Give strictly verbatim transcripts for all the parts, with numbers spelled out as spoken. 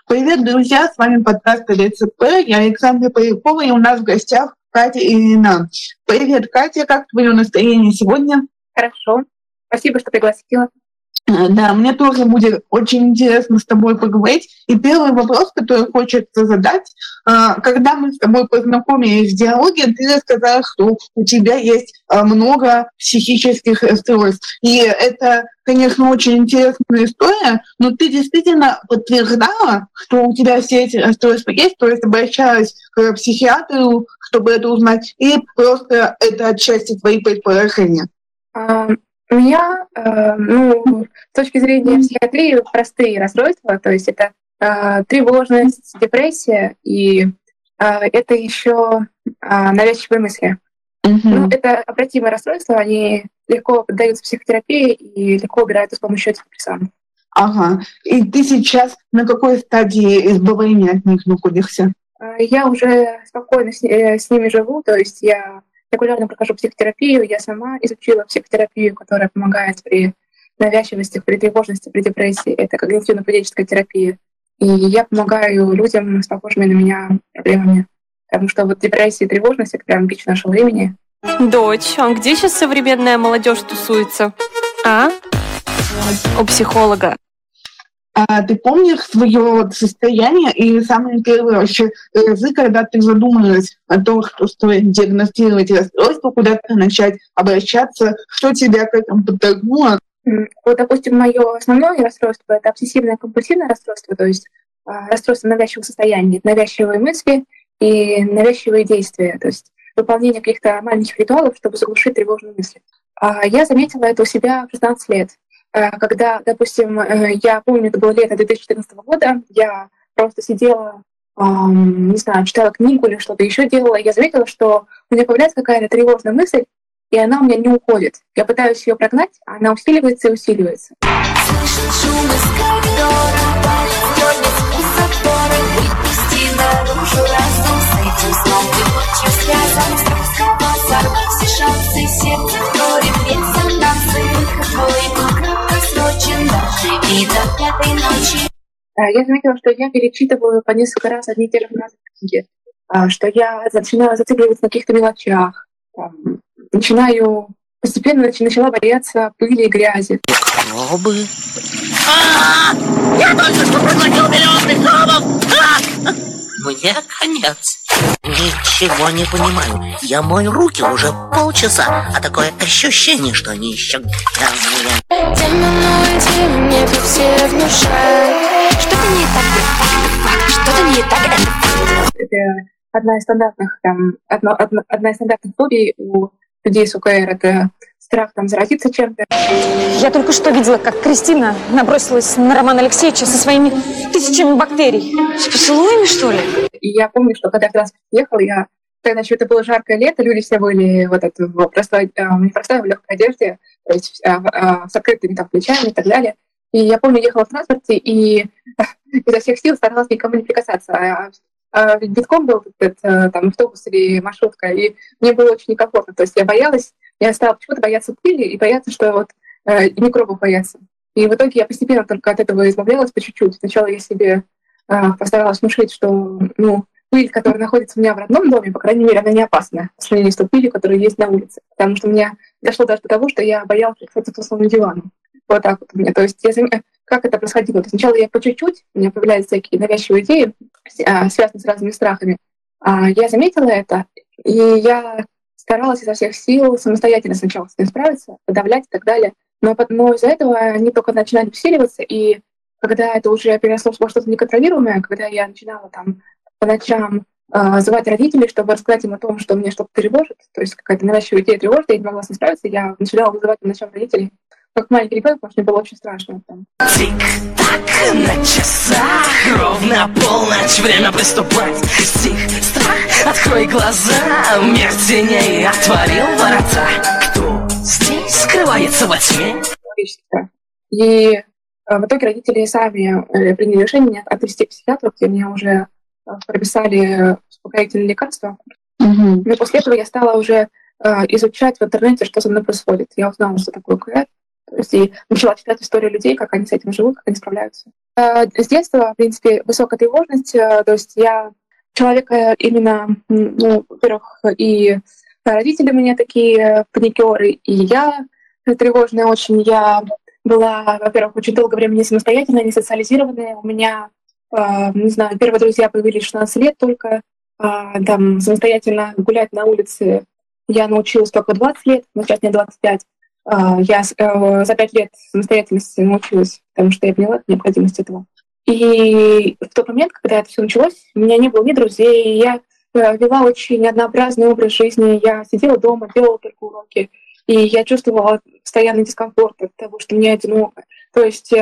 Привет, друзья, с вами подкаст ДЦП. Я Александра Полякова, и у нас в гостях Катя и Ирина. Привет, Катя, как твое настроение сегодня? Хорошо, спасибо, что пригласила. Да, мне тоже будет очень интересно с тобой поговорить. И первый вопрос, который хочется задать. Когда мы с тобой познакомились в диалоге, ты рассказала, что у тебя есть много психических расстройств. И это, конечно, очень интересная история, но ты действительно подтверждала, что у тебя все эти расстройства есть, то есть обращалась к психиатру, чтобы это узнать, и просто это отчасти твои предположения? У меня, э, ну, с точки зрения психиатрии, простые расстройства, то есть это э, тревожность, депрессия, и э, это еще э, навязчивые мысли. Mm-hmm. Ну, это обратимые расстройства, они легко поддаются психотерапии и легко убираются с помощью антидепрессантов. Ага. И ты сейчас на какой стадии избавления от них находишься? Я уже спокойно с, э, с ними живу, то есть я регулярно прохожу психотерапию, я сама изучила психотерапию, которая помогает при навязчивости, при тревожности, при депрессии. Это когнитивно-поведенческая терапия. И я помогаю людям с похожими на меня проблемами. Потому что вот депрессия и тревожность — это прям бич нашего времени. Дочь, а где сейчас современная молодежь тусуется? А? У психолога. А ты помнишь свое состояние и самые первые вообще разы, когда ты задумалась о том, что стоит диагностировать расстройство, куда-то начать обращаться, что тебя к этому подтолкнуло? Вот, допустим, мое основное расстройство — это обсессивное компульсивное расстройство, то есть расстройство навязчивого состояния, навязчивые мысли и навязчивые действия, то есть выполнение каких-то маленьких ритуалов, чтобы заглушить тревожные мысли. Я заметила это у себя в шестнадцать лет. Когда, допустим, я помню, это было лето две тысячи четырнадцатого года, я просто сидела, эм, не знаю, читала книгу или что-то еще делала, и я заметила, что у меня появляется какая-то тревожная мысль, и она у меня не уходит. Я пытаюсь ее прогнать, а она усиливается и усиливается. Я заметила, что я перечитываю по несколько раз одни и те же фразы в книге, что я начинаю зацикливаться на каких-то мелочах, там, начинаю постепенно начала бояться пыли и грязи. Микробы. А-а-а! Я только что проглотил миллион микробов! А-а-а! Мне конец. Ничего не понимаю. Я мою руки уже полчаса, а такое ощущение, что они еще грязные. Темно, темно, мне тут все внушают. Что-то не так, что-то не так. Это одна из стандартных, там, одна, одна, одна из стандартных фобий у людей с УКР. Это страх там заразиться чем-то. Я только что видела, как Кристина набросилась на Романа Алексеевича со своими тысячами бактерий. С поцелуями, что ли? И я помню, что когда я в транспорте ехала, я тогда еще это было жаркое лето, люди все были вот это в простой, э, не простой, в легкой одежде, то есть э, э, с открытыми там плечами и так далее. И я помню, ехала в транспорте и э, изо всех сил старалась никому не прикасаться. А, а битком был этот, э, там автобус или маршрутка, и мне было очень некомфортно. То есть я боялась, я стала почему-то бояться пыли и бояться, что вот э, и микробов бояться. И в итоге я постепенно только от этого избавлялась по чуть-чуть. Сначала я себе э, постаралась внушить, что ну, пыль, которая находится у меня в родном доме, по крайней мере, она не опасна по сравнению с той пылью, которая есть на улице. Потому что у меня дошло даже до того, что я боялась прикасаться к условному дивану. Вот так вот у меня. То есть я, как это происходило? То есть сначала я по чуть-чуть, у меня появлялись всякие навязчивые идеи, э, связанные с разными страхами. А я заметила это, и я старалась изо всех сил самостоятельно сначала с этим справиться, подавлять и так далее. Но, но из-за этого они только начинали усиливаться, и когда это уже переросло во что-то неконтролируемое, когда я начинала там по ночам э, звать родителей, чтобы рассказать им о том, что мне что-то тревожит, то есть какая-то навязчивая идея тревожит, я не могла с ней справиться, я начинала вызывать по ночам родителей, как маленький ребенок, потому что мне было очень страшно. Там. Тик-так на часах, ровно полночь, время приступать. Стих, страх, открой глаза, мир теней отворил ворота. Кто здесь скрывается во тьме? И э, в итоге родители сами э, приняли решение отвезти к психиатру, где мне уже э, прописали успокоительные лекарства. Mm-hmm. Но после этого я стала уже э, изучать в интернете, что со мной происходит. Я узнала, что такое УКР. То есть и начала читать историю людей, как они с этим живут, как они справляются. С детства, в принципе, высокая тревожность. То есть я человек именно, ну, во-первых, и родители у меня такие паникеры, и я тревожная очень. Я была, во-первых, очень долгое время не самостоятельная, не социализированная. У меня, не знаю, первые друзья появились в шестнадцать лет только. Там самостоятельно гулять на улице я научилась только в двадцать лет, но сейчас мне двадцать пять. Я за пять лет самостоятельности научилась, потому что я поняла необходимость этого. И в тот момент, когда это все началось, у меня не было ни друзей, я вела очень однообразный образ жизни, я сидела дома, делала только уроки, и я чувствовала постоянный дискомфорт от того, что мне одиноко. То есть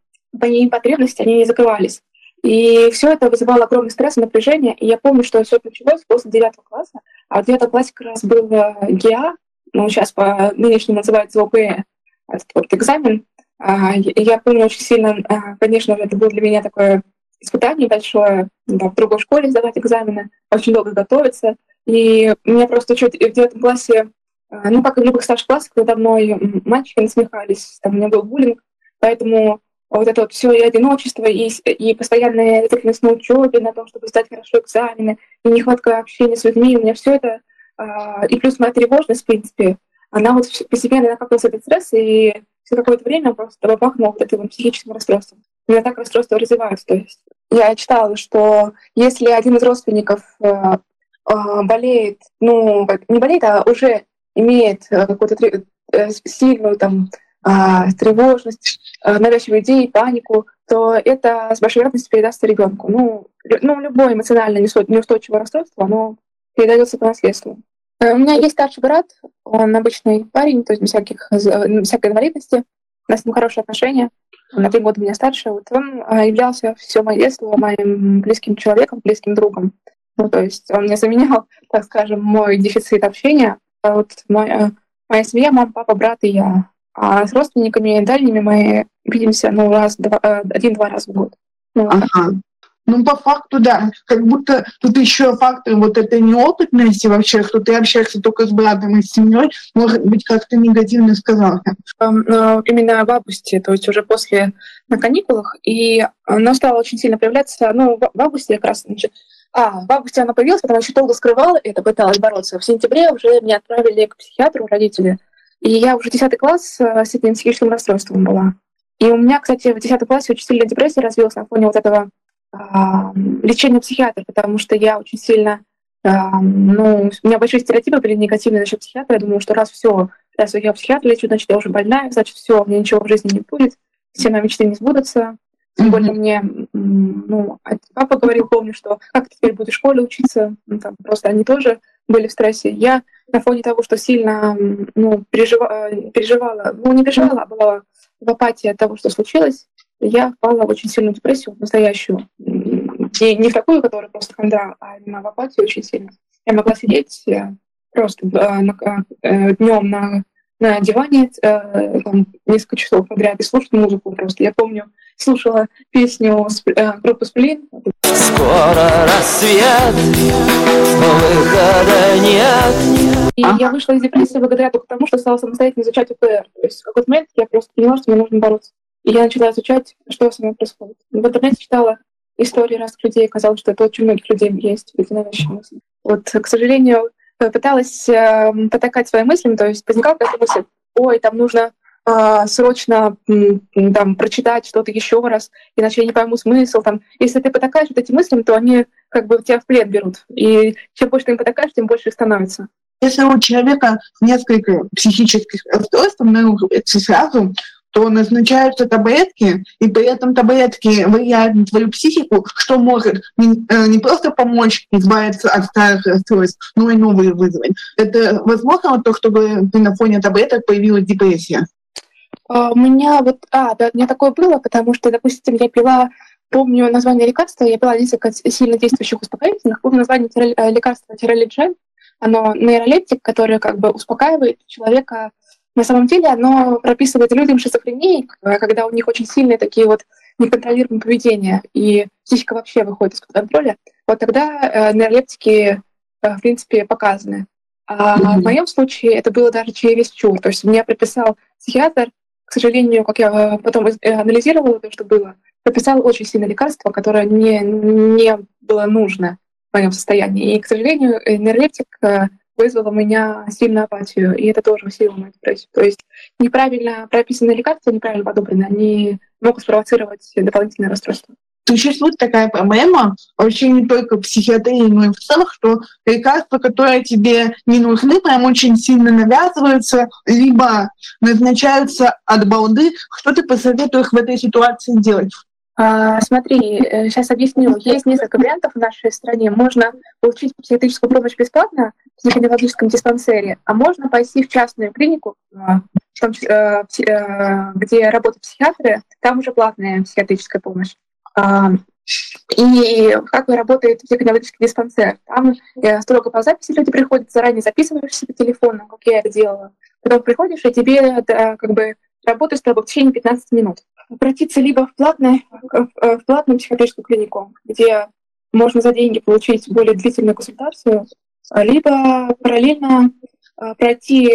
мои потребности, они не закрывались. И все это вызывало огромный стресс и напряжение. И я помню, что все это началось после девятого класса. А в девятом классе как раз был ГИА, ну, сейчас по нынешнему называется ОБЭ, этот вот экзамен. И я помню очень сильно, конечно же, это было для меня такое испытание большое, да, в другой школе сдавать экзамены, очень долго готовиться. И меня просто чуть в девятом классе, ну, как и в любых старших классах, надо мной мальчики насмехались, там у меня был буллинг, поэтому вот это вот все и одиночество, и, и постоянная зацикленность на учебе, на том, чтобы сдать хорошо экзамены, и нехватка общения с людьми, у меня все это, и плюс моя тревожность, в принципе, она вот постепенно накапливался этот стресс, и все какое-то время просто бабахнуло вот этим психическим расстройством. У меня так расстройства развиваются. То есть я читала, что если один из родственников э, э, болеет, ну, не болеет, а уже имеет какую-то э, сильную там э, тревожность, э, навязчивые идеи, панику, то это с большой вероятностью передастся ребенку. Ну, ну, любое эмоционально неустойчивое расстройство, оно передается по наследству. У меня есть старший брат, он обычный парень, то есть без, всяких, без всякой инвалидности. У нас с ним хорошие отношения. Он на три года меня старше. Вот он являлся все мое детство моим близким человеком, близким другом. Ну, то есть он мне заменял, так скажем, мой дефицит общения. А вот моя, моя семья, мама, папа, брат и я. А с родственниками дальними мы видимся ну, раз, два, один-два раза в год. Ну, ага. Ну, по факту, да. Как будто тут еще фактор вот этой неопытности вообще, что ты общаешься только с братом и с семьей, может быть, как-то негативно сказался. Именно в августе, то есть уже после на каникулах, и оно стало очень сильно проявляться, ну, в августе как раз, значит, а, в августе оно появилось, потому что долго скрывала это, пыталась бороться. В сентябре уже меня отправили к психиатру родители, и я уже десятый класс с этим психическим расстройством была. И у меня, кстати, в десятом классе очень сильная депрессия развилась на фоне вот этого лечение психиатра, потому что я очень сильно, ну, у меня большие стереотипы были негативные насчет психиатра. Я думала, что раз все, раз я психиатр лечу, значит, я уже больная, значит, все, мне ничего в жизни не будет, все мои мечты не сбудутся. Тем более мне, ну, папа говорил, помню, что как ты теперь будешь в школе учиться, ну, там, просто они тоже были в стрессе. Я на фоне того, что сильно, ну, переживала, переживала, ну, не переживала, а была в апатии от того, что случилось, я впала в очень сильную депрессию, настоящую. И не в такую, которая просто хандра, а именно в апатию очень сильно. Я могла сидеть просто днем на, на диване там, несколько часов подряд и слушать музыку просто. Я помню, слушала песню группы «Сплин». Скоро рассвет, но выхода нет. И я вышла из депрессии благодаря только тому, что стала самостоятельно изучать ОКР. То есть в какой-то момент я просто поняла, что мне нужно бороться. И я начала изучать, что со мной происходит. В интернете читала истории разных людей, казалось, что это очень многих людей есть, эти навязчивые мысли. Вот, к сожалению, пыталась э, потакать своим мыслям, то есть возникала какая-то мысль, ой, там нужно э, срочно э, там, прочитать что-то еще раз, иначе я не пойму смысл. Там. Если ты потакаешь вот этим мыслям, то они как бы тебя в плен берут. И чем больше ты им потакаешь, тем больше их становится. Если у человека несколько психических расстройств, наругивается сразу, то назначаются таблетки, и при этом таблетки влияют на твою психику, что может не, не просто помочь избавиться от старых расстройств, но и новые вызвать. Это возможно то, чтобы на фоне таблеток появилась депрессия? У меня вот, а, да, у меня такое было, потому что, допустим, я пила, помню название лекарства, я пила несколько сильно действующих успокоительных, помню название лекарства тиролиджен, оно нейролептик, который как бы успокаивает человека. На самом деле оно прописывает людям шизофрении, когда у них очень сильные такие вот неконтролируемые поведения, и психика вообще выходит из-под контроля. Вот тогда э, нейролептики, э, в принципе, показаны. А mm-hmm. в моем случае это было даже через чур. То есть меня прописал психиатр, к сожалению, как я потом анализировала то, что было, прописал очень сильное лекарство, которое не, не было нужно в моем состоянии. И, к сожалению, нейролептик вызвал у меня сильную апатию, и это тоже усилило мою депрессию. То есть неправильно прописанные лекарства, неправильно подобранные, они могут спровоцировать дополнительное расстройство. Существует такая проблема, вообще не только в психиатрии, но и в целом, что лекарства, которые тебе не нужны, прям очень сильно навязываются, либо назначаются от балды. Что ты посоветуешь в этой ситуации делать? А, смотри, сейчас объясню. Есть несколько вариантов в нашей стране. Можно получить психиатрическую помощь бесплатно в психоневрологическом диспансере, а можно пойти в частную клинику, в том числе, где работают психиатры, там уже платная психиатрическая помощь. И как работает психоневрологический диспансер? Там строго по записи люди приходят, заранее записываешься по телефону, как я это делала. Потом приходишь, и тебе как бы работают с тобой в течение пятнадцати минут. Обратиться либо в, платную, в платную психиатрическую клинику, где можно за деньги получить более длительную консультацию, либо параллельно пройти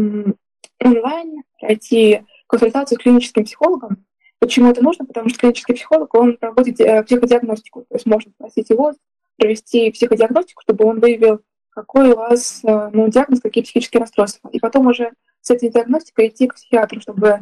онлайн, пройти консультацию с клиническим психологом. Почему это нужно? Потому что клинический психолог, он проводит психодиагностику. То есть можно просить его провести психодиагностику, чтобы он выявил, какой у вас ну, диагноз, какие психические расстройства. И потом уже с этой диагностикой идти к психиатру, чтобы,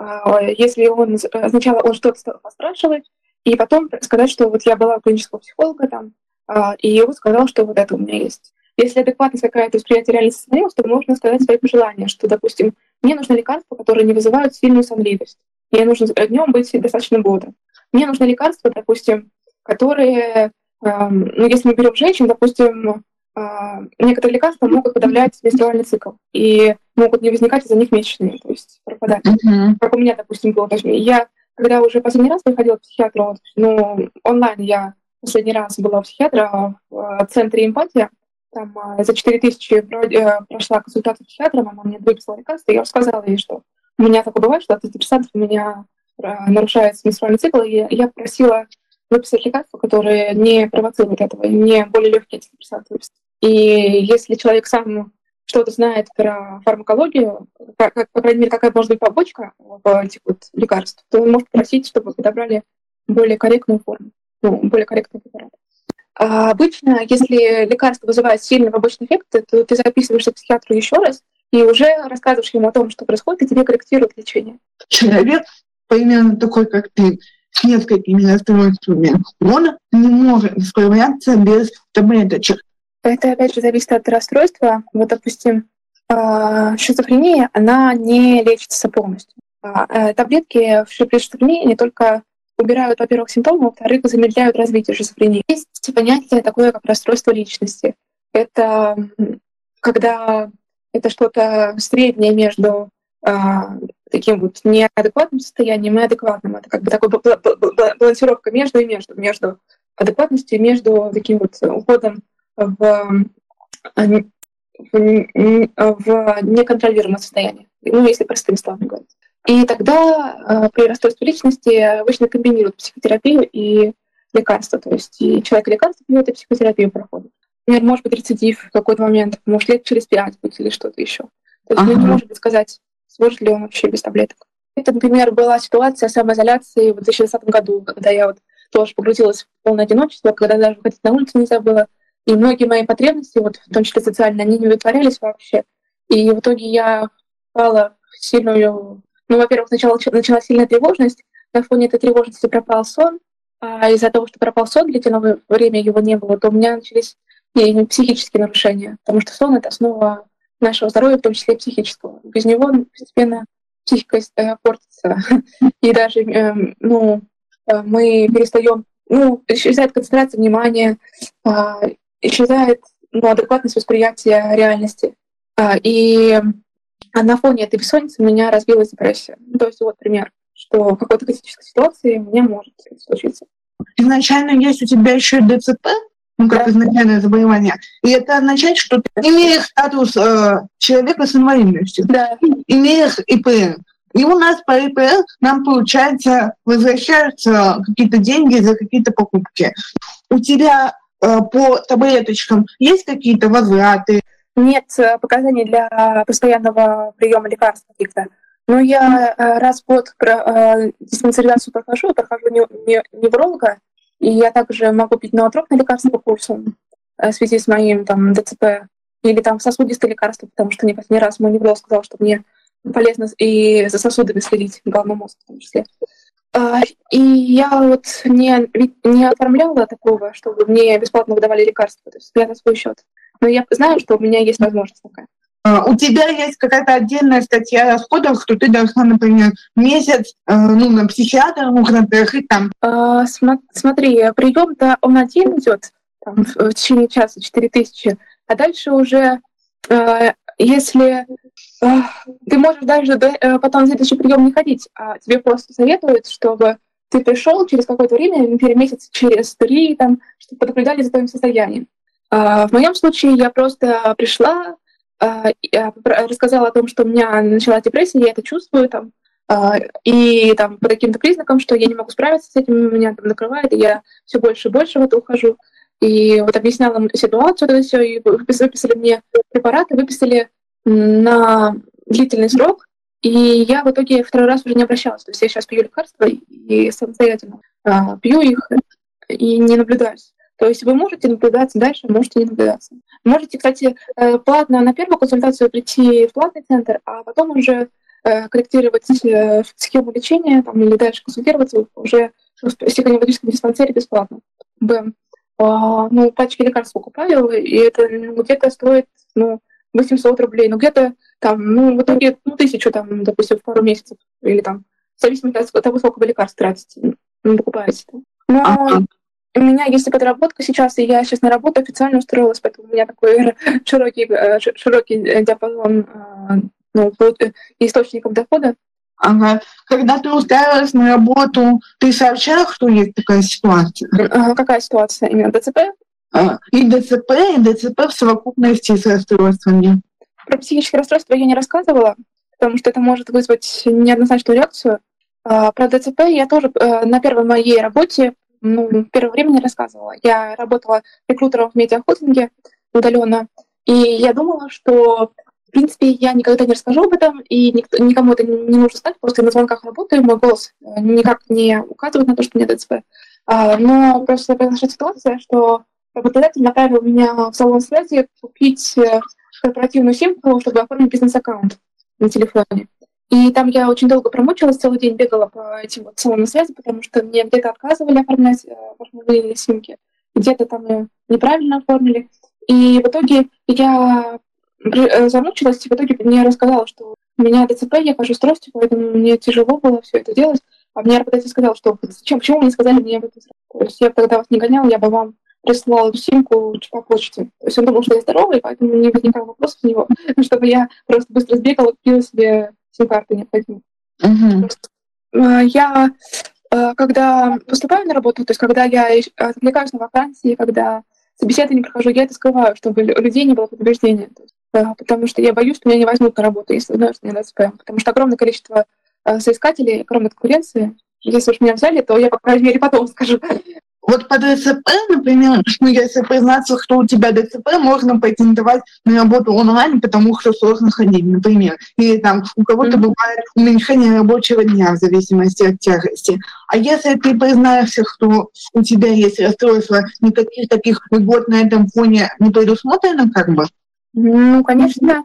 если он сначала он что-то стал поспрашивать, и потом сказать, что вот я была у клинического психолога там, и он сказал, что вот это у меня есть. Если адекватность какая-то восприятие реальности сохранилась, то можно сказать свои пожелания, что, допустим, мне нужны лекарства, которые не вызывают сильную сонливость. Мне нужно днем быть достаточно бодро. Мне нужны лекарства, допустим, которые, э, ну, если мы берем женщин, допустим, э, некоторые лекарства могут подавлять менструальный цикл и могут не возникать из-за них месячные, то есть пропадать. Mm-hmm. Как у меня, допустим, было. То есть я, когда уже последний раз выходила к психиатру, ну, онлайн я последний раз была у психиатра в центре «Эмпатия», там за четыре тысячи прошла консультацию с психиатром, она мне выписала лекарства, и я рассказала ей, что у меня такое бывает, что от антидепрессантов у меня нарушается менструальный цикл, и я просила выписать лекарства, которые не провоцируют этого, и мне более легкие антидепрессанты выписать. И если человек сам что-то знает про фармакологию, как, по крайней мере, какая может быть побочка этих вот лекарств, то он может просить, чтобы подобрали более корректную форму, ну, более корректный препарат. А обычно, если лекарство вызывает сильный побочный эффект, то ты записываешься к психиатру еще раз и уже рассказываешь ему о том, что происходит, и тебе корректируют лечение. Человек, примерно такой, как ты, с несколькими расстройствами, он не может справляться без таблеточек. Это, опять же, зависит от расстройства. Вот, допустим, шизофрения, она не лечится полностью. Таблетки при шизофрении не только убирают, во-первых, симптомы, во-вторых, замедляют развитие шизофрении. Есть понятие такое, как расстройство личности. Это когда это что-то среднее между а, таким вот неадекватным состоянием и адекватным. Это как бы такая балансировка между и между, между адекватностью и между таким вот уходом в, в, в неконтролируемое состояние. Ну, если простыми словами говорить. И тогда при расстройстве личности обычно комбинируют психотерапию и лекарства. То есть и человек лекарство пьет, и психотерапию проходит. Например, может быть рецидив в какой-то момент, может лет через пять быть или что-то еще. То есть ага. ну, не может сказать, сможет ли он вообще без таблеток. Это, например, была ситуация самоизоляции в две тысячи двадцатом году, когда я вот тоже погрузилась в полное одиночество, когда даже выходить на улицу нельзя было. И многие мои потребности, вот, в том числе социальные, они не удовлетворялись вообще. И в итоге я впала в сильную... Ну, во-первых, сначала начала сильная тревожность, на фоне этой тревожности пропал сон, а из-за того, что пропал сон, длительное время его не было, то у меня начались и психические нарушения, потому что сон — это основа нашего здоровья, в том числе и психического. Без него постепенно психика портится. И даже ну, мы перестаем, ну, исчезает концентрация внимания, исчезает ну, адекватность восприятия реальности. И на фоне этой бессонницы у меня развилась депрессия. Ну, то есть вот пример, что в какой-то критической ситуации у меня может случиться. Изначально есть у тебя еще ДЦП, ну, как да. изначальное заболевание, и это означает, что ты имеешь статус э, человека с инвалидностью, да. имеешь ИПР. И у нас по ИПР нам, получается, возвращаются какие-то деньги за какие-то покупки. У тебя э, по таблеточкам есть какие-то возвраты? Нет показаний для постоянного приема лекарств каких-то. Ну, я э, раз в год про, э, диспансеризацию прохожу, прохожу не, не, невролога, и я также могу пить ноотроп на лекарства по курсу э, в связи с моим там ДЦП или там сосудистые лекарства, потому что не последний раз мой невролог сказал, что мне полезно и за сосудами следить, головной мозг в том числе. Э, и я вот не, не оформляла такого, чтобы мне бесплатно выдавали лекарства, то есть я на свой счет. Но я знаю, что у меня есть возможность такая. У тебя есть какая-то отдельная статья расходов, что ты должна, например, месяц э, ну, на психиатра нужно приехать там. А, см- смотри, прием-то он один идет там, в, в течение часа четыре тысячи, а дальше уже, э, если э, ты можешь даже до, э, потом на следующий прием не ходить, а тебе просто советуют, чтобы ты пришел через какое-то время, например, месяц через три, там, чтобы понаблюдали за твоим состоянием. А, в моем случае я просто пришла, я рассказала о том, что у меня начала депрессия, я это чувствую, там, и там, по каким-то признакам, что я не могу справиться с этим, меня там накрывает, и я все больше и больше в это ухожу. И вот объясняла ситуацию, это все, и выписали мне препараты, выписали на длительный срок, и я в итоге второй раз уже не обращалась. То есть я сейчас пью лекарства и самостоятельно пью их и не наблюдаюсь. То есть вы можете наблюдаться дальше, можете не наблюдаться. Можете, кстати, платно на первую консультацию прийти в платный центр, а потом уже корректировать схему лечения там, или дальше консультироваться уже в психоневрологическом диспансере бесплатно. Б. А, ну, пачки лекарств покупаю, и это ну, где-то стоит ну, восемьсот рублей, ну где-то там, ну, в итоге, ну, тысячу, там, допустим, в пару месяцев, или там, в зависимости от того, сколько вы лекарств тратите, ну, покупаете. Но ага. У меня есть подработка сейчас, и я сейчас на работу официально устроилась, поэтому у меня такой широкий, широкий диапазон ну, источников дохода. Ага. Когда ты устраивалась на работу, ты сообщала, что есть такая ситуация? Ага, какая ситуация? Именно ДЦП? А, и ДЦП, и ДЦП в совокупности с расстройствами. Про психические расстройства я не рассказывала, потому что это может вызвать неоднозначную реакцию. А, про ДЦП я тоже на первой моей работе ну, в первое время не рассказывала. Я работала рекрутером в медиахолдинге удаленно, и я думала, что в принципе я никогда не расскажу об этом, и никто, никому это не нужно знать, просто на звонках работаю, мой голос никак не указывает на то, что у меня ДЦП. А, но просто произошла ситуация, что работодатель направил меня в салон связи купить корпоративную симку, чтобы оформить бизнес-аккаунт на телефоне. И там я очень долго промучилась, целый день бегала по этим вот салонам связи, потому что мне где-то отказывали оформлять оформленные симки, где-то там неправильно оформили. И в итоге я замучилась, и в итоге мне рассказала, что у меня ДЦП, я хожу с тростью, поэтому мне тяжело было все это делать. А мне работодатель сказал, что зачем, почему вы не сказали мне об этом сразу? То есть я бы тогда вас не гоняла, я бы вам прислала симку по почте. То есть он думал, что я здоровая, поэтому не возникало вопросов с него, чтобы я просто быстро сбегала, купила себе сим-карты необходимые. Uh-huh. Я, когда поступаю на работу, то есть когда я отвлекаюсь на вакансии, когда собеседование прохожу, я это скрываю, чтобы у людей не было предубеждения. То есть, потому что я боюсь, что меня не возьмут на работу, если узнают, что у меня ДЦП. Потому что огромное количество соискателей, огромная конкуренция. Если уж меня взяли, то я, по крайней мере, потом скажу. Вот по ДЦП, например, ну, если признаться, что у тебя ДЦП, можно претендовать на работу онлайн, потому что сложно ходить, например. Или там у кого-то mm-hmm. бывает уменьшение рабочего дня в зависимости от тяжести. А если ты признаешься, что у тебя есть расстройство, никаких таких льгот на этом фоне не предусмотрено как бы? Ну, конечно,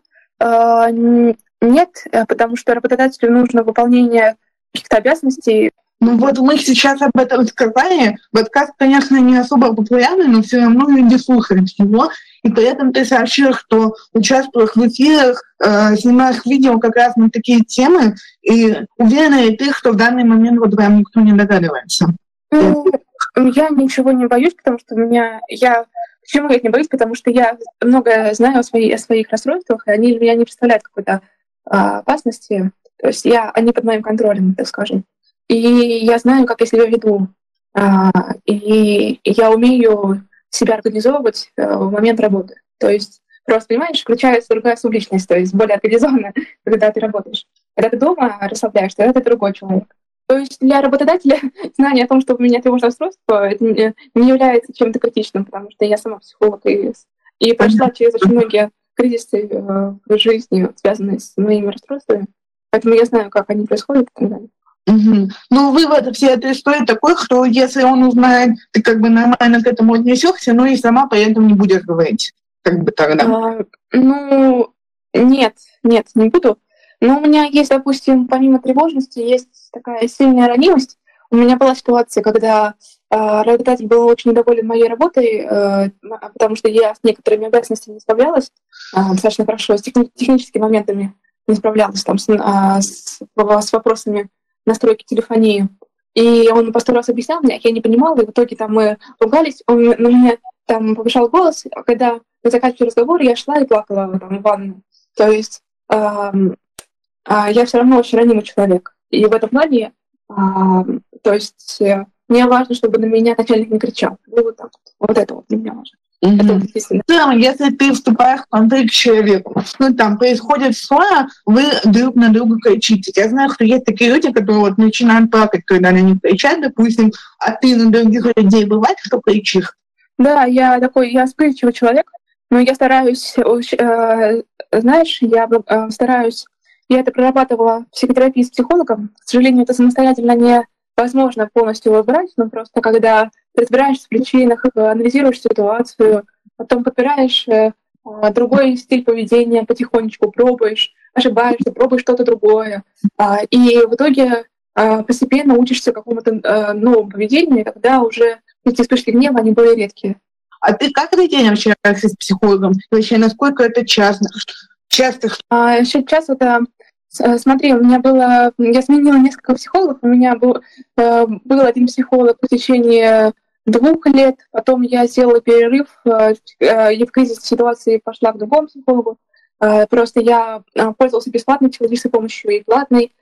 нет, потому что работодателю нужно выполнение каких-то обязанностей. Ну вот мы сейчас об этом сказали. Подкаст, конечно, не особо популярный, но все равно люди слушают его. И при этом ты сообщил, что участвуешь в эфирах, э, снимаешь видео как раз на такие темы. И уверена ли ты, что в данный момент вот прям никто не догадывается? Ну, я ничего не боюсь, потому что у меня... Я... Почему я не боюсь? Потому что я много знаю о, своей, о своих расстройствах, и они для меня не представляют какой-то а, опасности. То есть я... они под моим контролем, так скажем. И я знаю, как я себя веду. И я умею себя организовывать в момент работы. То есть, просто, понимаешь, включается другая субличность, то есть более организованная, когда ты работаешь. Когда ты дома расслабляешься, тогда ты другой человек. То есть для работодателя знание о том, что у меня тревожное расстройство, это не является чем-то критичным, потому что я сама психолог и, и прошла через очень многие кризисы в жизни, связанные с моими расстройствами. Поэтому я знаю, как они происходят и так далее. Угу. Ну, вывод всей этой истории такой, что если он узнает, ты как бы нормально к этому отнесешься, но и сама поэтому не будешь говорить. Как бы тогда. А, ну, нет, нет, не буду. Но у меня есть, допустим, помимо тревожности, есть такая сильная ранимость. У меня была ситуация, когда э, работодатель был очень недоволен моей работой, э, потому что я с некоторыми обязанностями не справлялась э, достаточно хорошо, с техни- техническими моментами не справлялась, там, с, э, с, с вопросами настройки телефонии. И он по сто раз объяснял мне, я не понимала, и в итоге там мы ругались, он на меня там повышал голос, а когда мы заканчивали разговор, я шла и плакала там, в ванну. То есть э, э, я все равно очень ранимый человек. И в этом плане А, то есть э, мне важно, чтобы на меня начальник не кричал. Ну, вот так вот. Вот это вот для меня важно. Mm-hmm. Это вот действительно. Да, если ты вступаешь в конфликт с человеком, ну, там происходит ссора, вы друг на друга кричите. Я знаю, что есть такие люди, которые вот начинают плакать, когда они не кричат, допустим, а ты на других людей бывает, что кричишь? Да, я такой, я вспыльчивый человек, но я стараюсь, э, знаешь, я э, стараюсь. Я это прорабатывала в психотерапии с психологом. К сожалению, это самостоятельно невозможно полностью выбрать, но просто когда ты разбираешься в причинах, анализируешь ситуацию, потом подбираешь другой стиль поведения, потихонечку пробуешь, ошибаешься, пробуешь что-то другое. И в итоге постепенно учишься какому-то новому поведению, и тогда уже эти вспышки гнева, они более редкие. А ты как каждый день общаешься с психологом? Вообще, насколько это часто? Часто? А, сейчас это, смотри, у меня было, я сменила несколько психологов, у меня был, был один психолог в течение двух лет, потом я сделала перерыв, и в кризисной ситуации пошла к другому психологу, просто я пользовалась бесплатной психологической помощью и платной,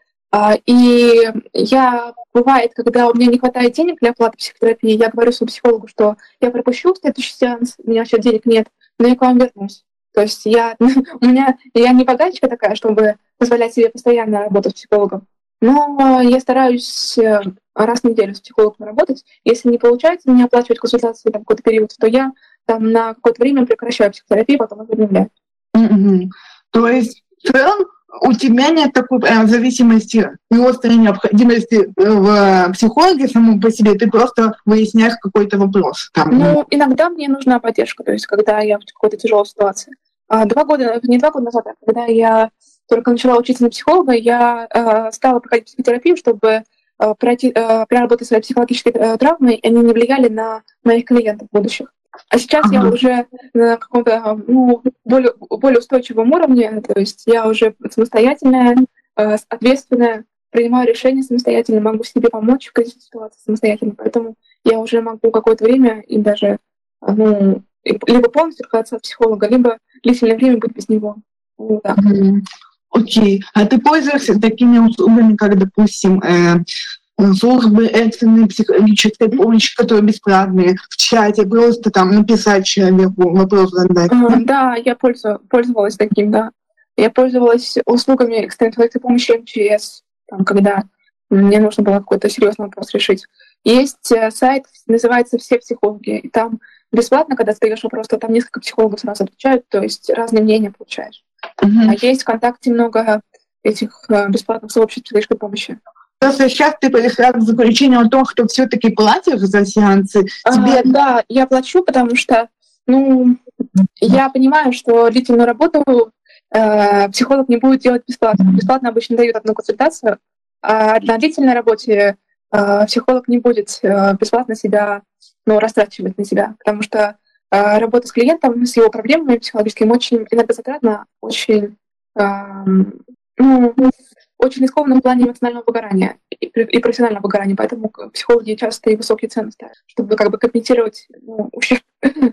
и я, бывает, когда у меня не хватает денег для оплаты психотерапии, я говорю своему психологу, что я пропущу следующий сеанс, у меня сейчас денег нет, но я к вам вернусь. То есть я, у меня, я не богачка такая, чтобы позволять себе постоянно работать с психологом, но я стараюсь раз в неделю с психологом работать. Если не получается мне оплачивать консультации там какой-то период, то я там на какое-то время прекращаю психотерапию, потом возобновляю. Mm-hmm. То есть в целом у тебя нет такой прям зависимости и острой необходимости в психологе самому по себе, ты просто выясняешь какой-то вопрос. Там. Ну, иногда мне нужна поддержка, то есть когда я в какой-то тяжелой ситуации. Два года, не два года назад, а когда я только начала учиться на психолога, я э, стала проходить психотерапию, чтобы э, пройти, э, проработать свои психологические э, травмы, и они не влияли на моих клиентов будущих. А сейчас ага. я уже на каком-то ну, более, более устойчивом уровне, то есть я уже самостоятельная, э, ответственная, принимаю решения самостоятельно, могу себе помочь в кризисной ситуации самостоятельно, поэтому я уже могу какое-то время и даже ну, либо полностью отказаться от психолога, либо длительное время быть без него. Вот так. Окей. Okay. А ты пользуешься такими услугами, как, допустим, э, службы экстренной психологической помощи, которые бесплатные, в чате просто там написать человеку, вопрос задать? Uh, да, я пользовалась таким, да. Я пользовалась услугами экстренной психологической помощи эм че эс, там, когда мне нужно было какой-то серьезный вопрос решить. Есть сайт, называется «Все психологи», и там бесплатно, когда задаешь вопрос, то там несколько психологов сразу отвечают, то есть разные мнения получаешь. Uh-huh. А есть ВКонтакте много этих бесплатных сообществ психологической помощи. Просто сейчас ты пришла к заключению о том, что все-таки платишь за сеансы. Тебе... А, да, я плачу, потому что ну, я понимаю, что длительную работу э, психолог не будет делать бесплатно. Бесплатно обычно дают одну консультацию, а на длительной работе э, психолог не будет э, бесплатно себя ну, растрачивать на себя, потому что э, работа с клиентом, с его проблемами психологическими очень энергозатратна, очень, э, ну, очень рискованно в плане эмоционального выгорания и, и профессионального выгорания, поэтому психологи часто и высокие цены ставят, чтобы как бы компенсировать ну, ущерб,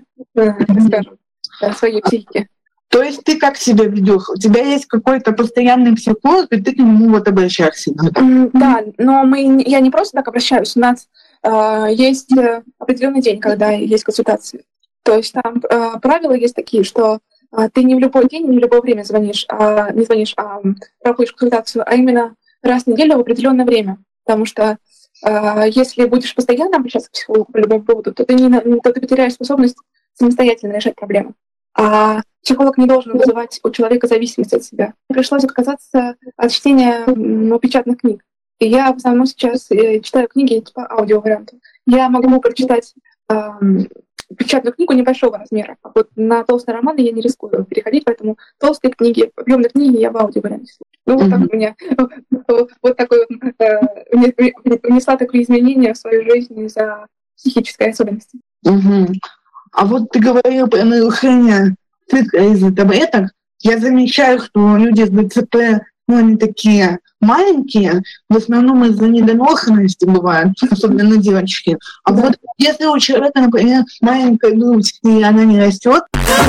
скажем, своей психике. То есть ты как себя ведешь? У тебя есть какой-то постоянный психолог, и ты к нему вот обращаешься? Да, но мы, я не просто так обращаюсь, у нас э, есть определенный день, когда есть консультации. То есть там э, правила есть такие, что э, ты не в любой день, не в любое время звонишь, а, не звонишь, а проходишь консультацию, а именно раз в неделю в определенное время. Потому что э, если будешь постоянно обращаться к психологу по любому поводу, то ты, не, то ты потеряешь способность самостоятельно решать проблемы. А психолог не должен вызывать у человека зависимость от себя. Пришлось отказаться от чтения ну, печатных книг. И я в основном сейчас э, читаю книги типа аудиоварианта. Я могу прочитать эм, печатную книгу небольшого размера. А вот на толстые романы я не рискую переходить, поэтому толстые книги, объемные книги я в аудиоварианте слушаю. Ну, вот так у меня вот такое внесла такое изменение в свою жизнь из-за психической особенности. А вот ты говорила про нарушение цикла из-за таблеток. Я замечаю, что люди с ДЦП, ну, они такие маленькие, в основном из-за недоношенности бывают, особенно девочки. А да. Вот если у человека, например, маленькая грудь, и она не растет,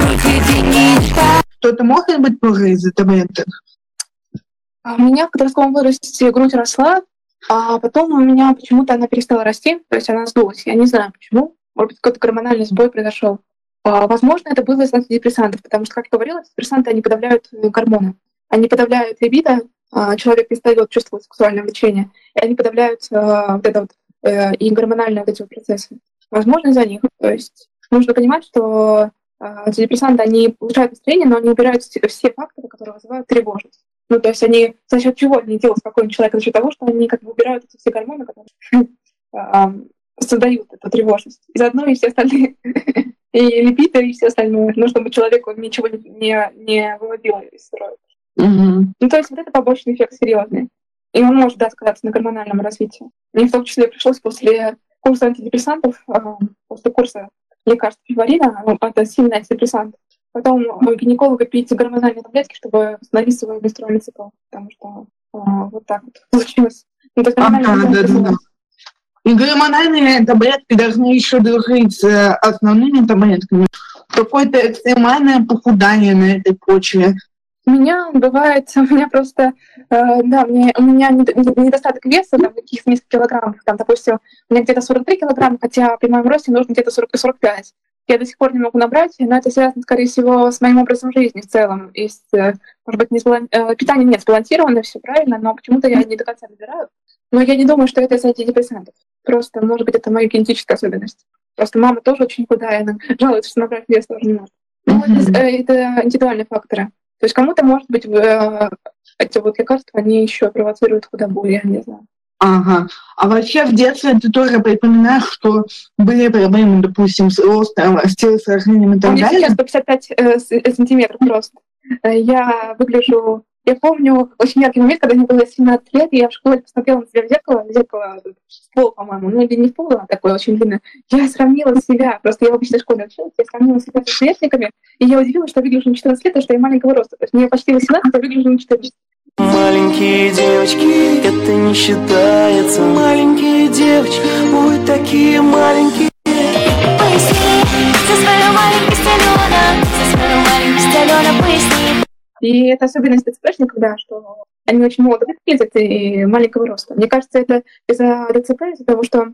то это может быть тоже из-за таблеток? А у меня в подростковом возрасте грудь росла, а потом у меня почему-то она перестала расти, то есть она сдулась. Я не знаю почему. Может быть, какой-то гормональный сбой произошел. А, возможно, это было из антидепрессантов, потому что, как я говорила, антидепрессанты, они подавляют гормоны. Они подавляют либидо, а, человек перестает чувствовать сексуальное влечение, и они подавляют а, вот это вот, а, и гормональные вот эти вот процессы. Возможно, из-за них. То есть нужно понимать, что а, антидепрессанты, они улучшают настроение, но они убирают все, все факторы, которые вызывают тревожность. Ну, то есть они за счет чего они делают спокойный человек? За счет того, что они как бы убирают эти все гормоны, которые создают эту тревожность. И заодно и все остальные, и липиды, и все остальное. Ну, чтобы человеку ничего не, не, не выводило из строя. Mm-hmm. Ну, то есть вот это побочный эффект серьезный. И он может, да, сказаться на гормональном развитии. Мне в том числе пришлось после курса антидепрессантов, после курса лекарств пиварина, это сильный антидепрессант, потом у гинеколога пить гормональные таблетки, чтобы восстановить свой менструальный цикл. Потому что а, вот так вот получилось. Ну, то есть гормональные таблетки. И гормональные таблетки должны еще дружить с основными таблетками. Какое-то экстремальное похудание на этой почве. У меня бывает, у меня просто, э, да, мне, у меня недостаток веса, там, каких-то несколько килограммов, там, допустим, у меня где-то сорок три килограмма, хотя при моем росте нужно где-то сорок сорок пять. Я до сих пор не могу набрать, но это связано, скорее всего, с моим образом жизни в целом. И с, может быть, не сбалан... питание нет сбалансировано, все правильно, но почему-то я не до конца набираю. Но я не думаю, что это из-за антидепрессантов. Просто, может быть, это моя генетическая особенность. Просто мама тоже очень худая, она жалуется, что набрать вес тоже не может. Ну, mm-hmm. это, это индивидуальные факторы. То есть кому-то, может быть, эти вот лекарства, они еще провоцируют худобу, я не знаю. Ага. А вообще в детстве ты тоже припоминаешь, что были проблемы, допустим, с ростом, с телосложением и так далее? У меня сейчас сто пятьдесят пять э, сантиметров просто. Я выгляжу... Я помню очень яркий момент, когда мне было семнадцать лет, и я в школе посмотрела на себя в зеркало, в зеркало в пол, по-моему, ну или не в пол, а такое очень длинное. Я сравнила себя, просто я в обычной школе училась, я сравнила себя с сверстниками, и я удивилась, что я выгляжу на четырнадцать лет, и что я маленького роста. То есть мне почти восемнадцать, а выгляжу на четырнадцать. Маленькие девочки, это не считается. Маленькие девочки, вы такие маленькие. Поясни, за свою маленькость Алена, за свою маленькость Алена, поясни. И это особенность ДЦПшников, да, что они очень молодо выглядят и маленького роста. Мне кажется, это из-за ДЦП, из-за того, что,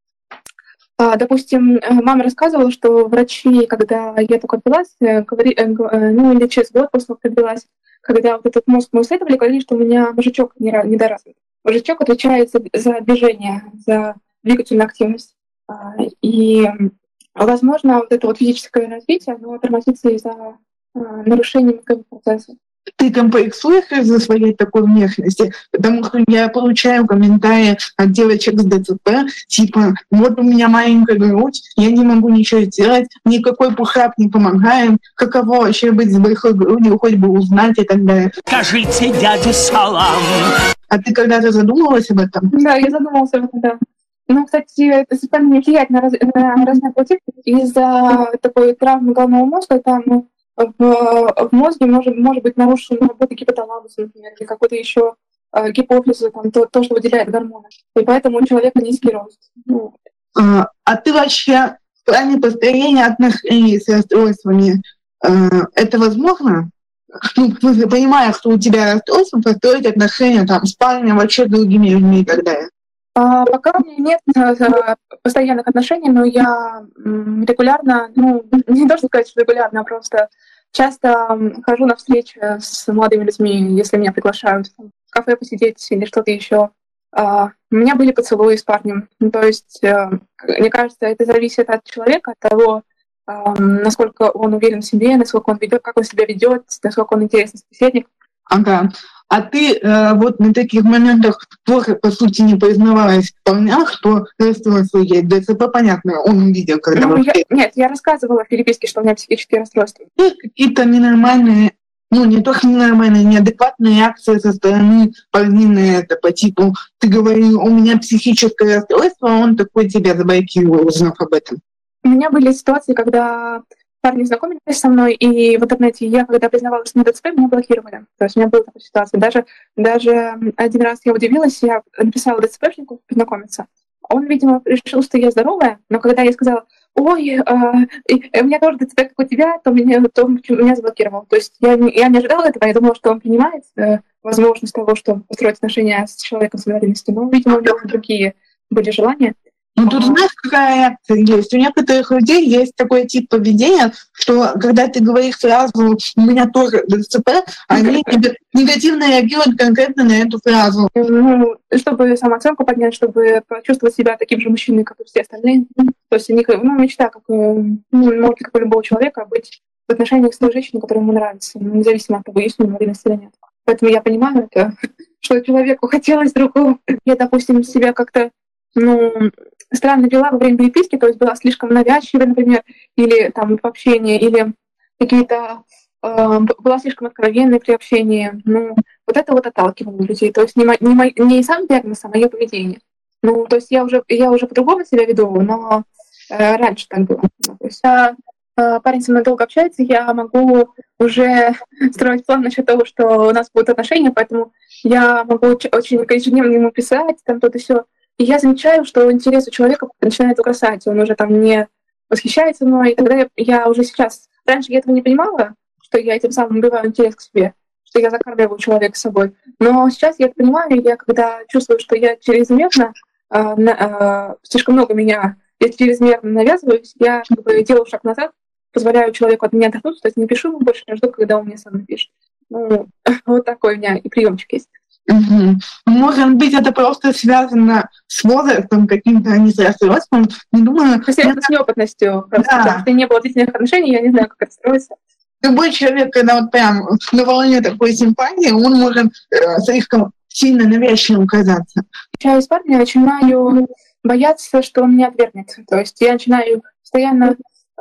допустим, мама рассказывала, что врачи, когда я только родилась, говори, ну или через год после того, как родилась, когда вот этот мозг мы исследовали, говорили, что у меня мозжечок недоразвит. Мозжечок отвечает за, за движение, за двигательную активность. И, возможно, вот это вот физическое развитие, оно тормозится из-за нарушения мозговых процессов. Ты комплексуешь из-за своей такой внешности? Потому что я получаю комментарии от девочек с ДЦП, типа, вот у меня маленькая грудь, я не могу ничего сделать, никакой пушап не помогает, каково вообще быть с большой грудью, хоть бы узнать и так далее. Скажите, дядя Салам. А ты когда-то задумывалась об этом? Да, я задумалась об этом, да. Ну, кстати, это социально не влияет на, раз, на разные пути. Из-за такой травмы головного мозга там в, в мозге может, может быть нарушена работа гипоталамуса, например, или какой-то еще э, гипофиза, там, то, то, что выделяет гормоны. И поэтому у человека низкий рост. Ну. А, а ты вообще в плане построения отношений с расстройствами, э, это возможно? Ну, понимая, что у тебя расстройство, построить отношения там, с парнем, вообще с другими людьми и так далее? А, пока у меня нет а, постоянных отношений, но я м, регулярно, ну, не должна сказать, что регулярно, а просто часто м, хожу на встречи с молодыми людьми, если меня приглашают там, в кафе посидеть или что-то еще. А, у меня были поцелуи с парнем. Ну, то есть, а, мне кажется, это зависит от человека, от того, насколько он уверен в себе, насколько он ведет, как он себя ведет, насколько он интересный собеседник. Ага. А ты э, вот на таких моментах тоже, по сути, не признавалась в парнях, что расстройство есть. ДЦП, понятно, он увидел, когда... Ну, вы... я, нет, я рассказывала в переписке, что у меня психические расстройства. Есть какие-то ненормальные, ну, не только ненормальные, неадекватные реакции со стороны парней на это, по типу, ты говорил, у меня психическое расстройство, а он такой тебя заблокировал, узнав об этом. У меня были ситуации, когда парни знакомились со мной, и в интернете я, когда признавалась, что у меня ДЦП, меня блокировали. То есть у меня была такая ситуация. Даже, даже один раз я удивилась, я написала ДЦПшнику познакомиться. Он, видимо, решил, что я здоровая, но когда я сказала, ой, э, у меня тоже ДЦП, как у тебя, то меня, то меня заблокировал. То есть я, я не ожидала этого, я думала, что он принимает э, возможность того, чтобы построить отношения с человеком с инвалидностью, но, видимо, у него другие были желания. Ну, тут знаешь, какая реакция есть? У некоторых людей есть такой тип поведения, что когда ты говоришь сразу «у меня тоже ДЦП», они негативно реагируют конкретно на эту фразу. Ну, чтобы самооценку поднять, чтобы почувствовать себя таким же мужчиной, как и все остальные. То есть у них, ну, мечта, как, ну, может, как у любого человека, быть в отношениях с той женщиной, которая ему нравится, независимо от того, есть у него инвалидность или нет. Поэтому я понимаю это, что человеку хотелось другого. Я, допустим, себя как-то, ну, странно вела во время переписки, то есть была слишком навязчивой, например, или там в общении, или какие-то э, была слишком откровенной при общении. Ну, вот это вот отталкивало людей. То есть не, не, не сам диагноз, а мое поведение. Ну, то есть я уже, я уже по-другому себя веду, но э, раньше так было. То есть, а, э, парень со мной долго общается, я могу уже строить план насчет того, что у нас будут отношения, поэтому я могу очень ежедневно ему писать, там то-то все. И я замечаю, что интерес у человека начинает угасать, он уже там не восхищается мной. И тогда я, я уже сейчас... Раньше я этого не понимала, что я этим самым убиваю интерес к себе, что я закармливаю человека с собой. Но сейчас я это понимаю, и я когда чувствую, что я чрезмерно, э, э, слишком много меня, я чрезмерно навязываюсь, я как бы делаю шаг назад, позволяю человеку от меня отдохнуть, то есть не пишу ему больше, не жду, когда он мне сам напишет. Ну, вот такой у меня и приемчик есть. Угу. Может быть, это просто связано с возрастом каким-то, а не с расстройством. Не думаю. Связано с неопытностью, просто, да. Потому что не было длительных отношений, я не знаю, как это строится. Любой человек, когда вот прям на волне такой симпатии, он может э, слишком сильно навязчивым казаться. Я с парнем начинаю бояться, что он меня отвергнет. То есть я начинаю постоянно э,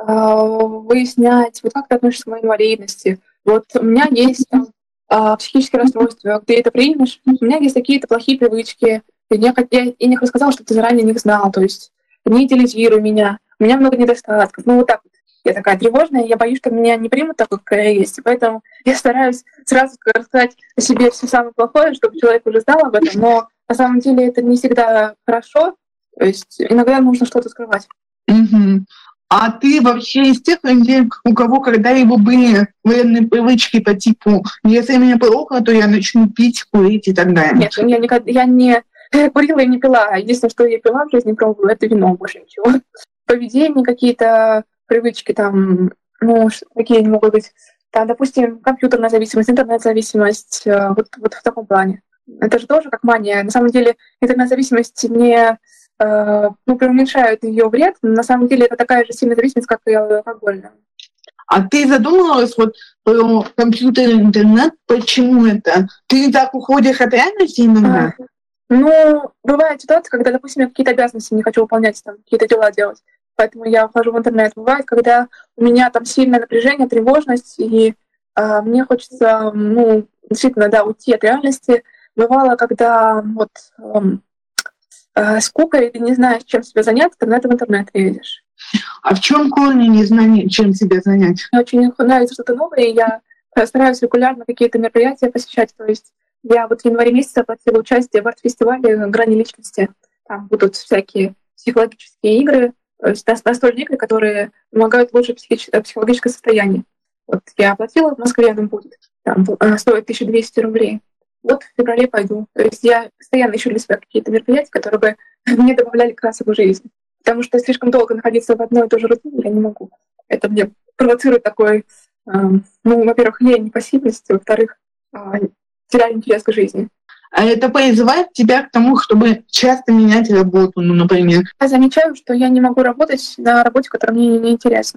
выяснять, вот как ты относишься к моей инвалидности. Вот у меня есть там психические расстройства, ты это примешь. У меня есть какие-то плохие привычки. Я, я, я не рассказала, что ты заранее не знал. То есть не идеализируй меня. У меня много недостатков. Ну вот так вот. Я такая тревожная, я боюсь, что меня не примут такой, какая я есть. И поэтому я стараюсь сразу рассказать о себе все самое плохое, чтобы человек уже знал об этом. Но на самом деле это не всегда хорошо. То есть иногда нужно что-то скрывать. Угу. А ты вообще из тех людей, у кого когда-либо были вредные привычки по типу «если мне плохо, то я начну пить, курить» и так далее? Нет, я, никогда, я не курила и не пила. Единственное, что я пила в жизни, пробовала, это вино, больше ничего. Поведение, какие-то привычки там, ну, какие они могут быть. Там, допустим, компьютерная зависимость, интернет-зависимость, вот, вот в таком плане. Это же тоже как мания. На самом деле интернет-зависимость не... ну, преуменьшают ее вред, но на самом деле это такая же сильная зависимость, как и алкогольная. А ты задумывалась вот про компьютер и интернет? Почему это? Ты так уходишь от реальности иногда? А, ну, бывает ситуация, когда, допустим, я какие-то обязанности не хочу выполнять, там, какие-то дела делать, поэтому я ухожу в интернет. Бывает, когда у меня там сильное напряжение, тревожность, и а, мне хочется, ну, действительно, да, уйти от реальности. Бывало, когда вот... скука, и ты не знаешь, чем себя занять, тогда ты в интернет лезешь. А в чем корень незнания, чем себя занять? Мне очень нравится что-то новое, и я стараюсь регулярно какие-то мероприятия посещать. То есть я вот в январе месяце оплатила участие в арт-фестивале «Грани личности». Там будут всякие психологические игры, то есть настольные игры, которые помогают улучшить психологическое состояние. Вот я оплатила, в Москве там будет. Там стоит тысяча двести рублей. Вот в феврале пойду. То есть я постоянно ищу для себя какие-то мероприятия, которые бы мне добавляли красок в жизнь. Потому что слишком долго находиться в одной и той же рутине я не могу. Это мне провоцирует такой, э, ну, во-первых, лень, пассивность, во-вторых, э, теряю интерес к жизни. А это призывает тебя к тому, чтобы часто менять работу, ну, например? Я замечаю, что я не могу работать на работе, которая мне не интересна.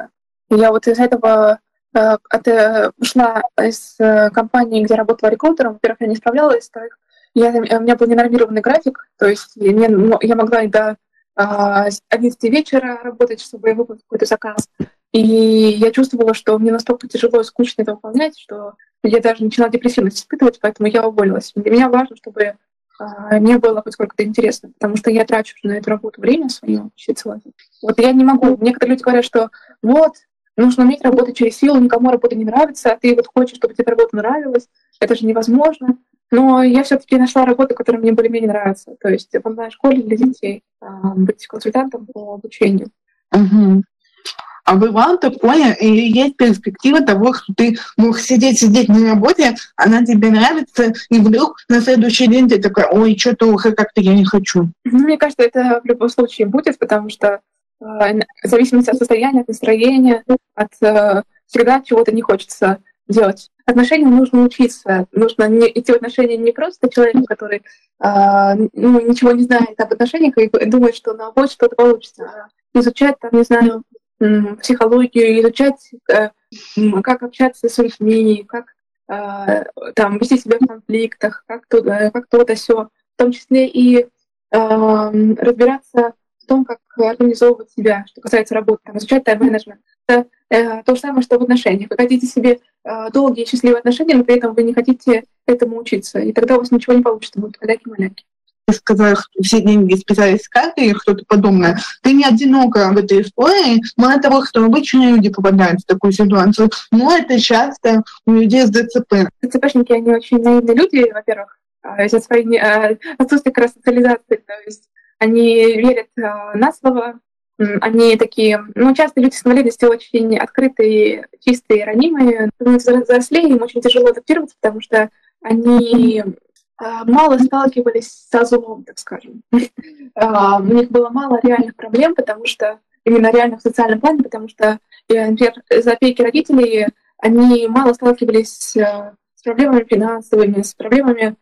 Я вот из этого э, от, э, ушла из э, компании, где работала рекрутером. Во-первых, я не справлялась, во-вторых, я, у меня был ненормированный график, то есть мне, я могла и до э, одиннадцати вечера работать, чтобы выполнить какой-то заказ. И я чувствовала, что мне настолько тяжело и скучно это выполнять, что я даже начинала депрессивность испытывать, поэтому я уволилась. Для меня важно, чтобы а, мне было хоть сколько-то интересно, потому что я трачу на эту работу время свое, целое. Вот я не могу. Некоторые люди говорят, что вот, нужно уметь работать через силу, никому работа не нравится, а ты вот хочешь, чтобы тебе эта работа нравилась. Это же невозможно. Но я все-таки нашла работу, которая мне более-менее нравится. То есть в онлайн-школе для детей, а, быть консультантом по обучению. Угу. А бывало такое, и есть перспектива того, что ты мог сидеть, сидеть на работе, она тебе нравится, и вдруг на следующий день ты такая, ой, что-то уже как-то я не хочу. Ну, мне кажется, это в любом случае будет, потому что э, в зависимости от состояния, от настроения, от э, всегда чего-то не хочется делать. Отношениям нужно учиться, нужно не, идти в отношения не просто человеку, который э, ну, ничего не знает об отношениях и думает, что на обоих что-то получится, а изучать, там, не знаю, психологию, изучать, э, как общаться с людьми, как э, там, вести себя в конфликтах, как то, как то-то все, в том числе и э, разбираться в том, как организовывать себя, что касается работы, там, изучать тайм-менеджмент. Это э, то же самое, что в отношениях. Вы хотите себе э, долгие и счастливые отношения, но при этом вы не хотите этому учиться, и тогда у вас ничего не получится, будут каляки-маляки. Сказала, что все деньги списались с карты или что-то подобное. Ты не одинока в этой истории. Мало того, что обычные люди попадают в такую ситуацию, но это часто у людей с ДЦП. ДЦПшники, они очень наивные люди, во-первых, из-за своей отсутствия как раз социализации. То есть они верят на слово, они такие, ну, часто люди с инвалидностью очень открытые, чистые, ранимые. Взрослее им очень тяжело адаптироваться, потому что они мало сталкивались со злом, так скажем. У них было мало реальных проблем, потому что именно реально в социальном плане, потому что, например, из-за опеки родителей они мало сталкивались с проблемами финансовыми, с проблемами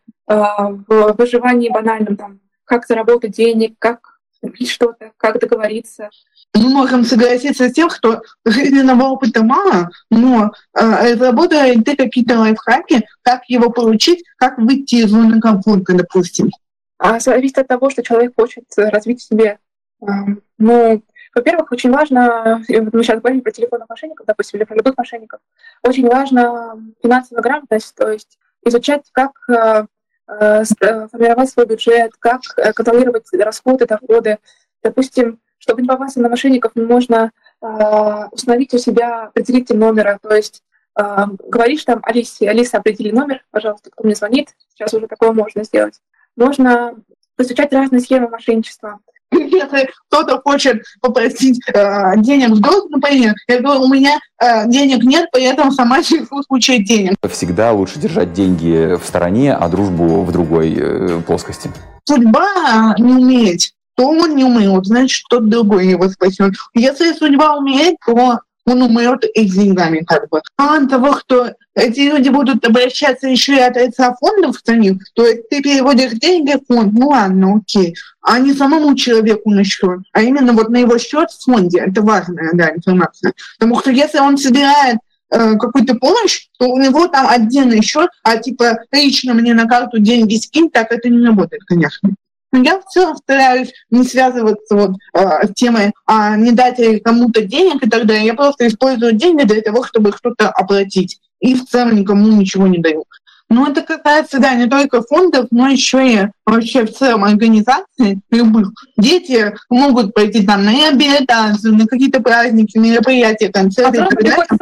в выживании банальном, там, как заработать денег, как купить что-то, как договориться. Мы можем согласиться с тем, что жизненного опыта мало, но э, разработали ты какие-то лайфхаки, как его получить, как выйти из зоны комфорта, допустим. А зависит от того, что человек хочет развить в себе. Э, ну, во-первых, очень важно, мы сейчас говорим про телефонных мошенников, допустим, или про любых мошенников, очень важна финансовая грамотность, то есть изучать, как э, э, формировать свой бюджет, как контролировать расходы, доходы. Допустим, чтобы не попасться на мошенников, можно э, установить у себя определитель номера. То есть э, говоришь там Алисе, Алиса, определи номер, пожалуйста, кто мне звонит. Сейчас уже такое можно сделать. Можно изучать разные схемы мошенничества. Если кто-то хочет попросить э, денег в долг, например, я говорю, у меня э, денег нет, поэтому сама чешу случай денег. Всегда лучше держать деньги в стороне, а дружбу в другой э, плоскости. Судьба не умеет. То он не умрет, значит, кто-то другой его спасет. Если судьба умеет, то он умрет и с деньгами как бы. А того, что эти люди будут обращаться еще и от лица фондов самих, то есть ты переводишь деньги в фонд, ну ладно, окей, а не самому человеку на счет, а именно вот на его счет в фонде. Это важная, да, информация. Потому что если он собирает э, какую-то помощь, то у него там отдельный счет, а типа лично мне на карту деньги скинь, так это не работает, конечно. Я в целом стараюсь не связываться вот, э, с темой, а не дать кому-то денег и так далее. Я просто использую деньги для того, чтобы что-то оплатить. И в целом никому ничего не даю. Но это касается, да, не только фондов, но еще и вообще в целом организаций любых. Дети могут пойти там на реабилитацию, на какие-то праздники, мероприятия, концерты а и так